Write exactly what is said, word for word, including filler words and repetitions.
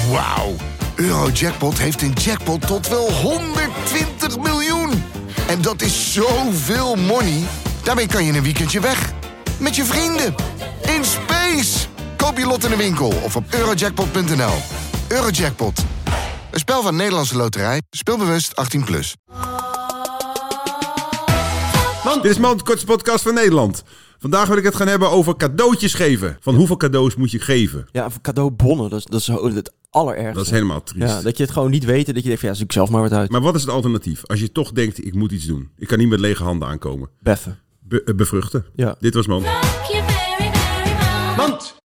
Wauw. Eurojackpot heeft een jackpot tot wel honderdtwintig miljoen. En dat is zoveel money. Daarmee kan je een weekendje weg. Met je vrienden. In space. Koop je lot in de winkel of op eurojackpot punt n l. Eurojackpot. Een spel van Nederlandse Loterij. Speelbewust achttien plus. Man. Dit is Mand, de kortste podcast van Nederland. Vandaag wil ik het gaan hebben over cadeautjes geven. Van hoeveel cadeaus moet je geven? Ja, cadeaubonnen, dat is, dat is het allerergste. Dat is helemaal triest. Ja, dat je het gewoon niet weet en dat je denkt van ja, zoek zelf maar wat uit. Maar wat is het alternatief? Als je toch denkt, ik moet iets doen. Ik kan niet met lege handen aankomen. Beffen. Be- bevruchten. Ja. Dit was Mand.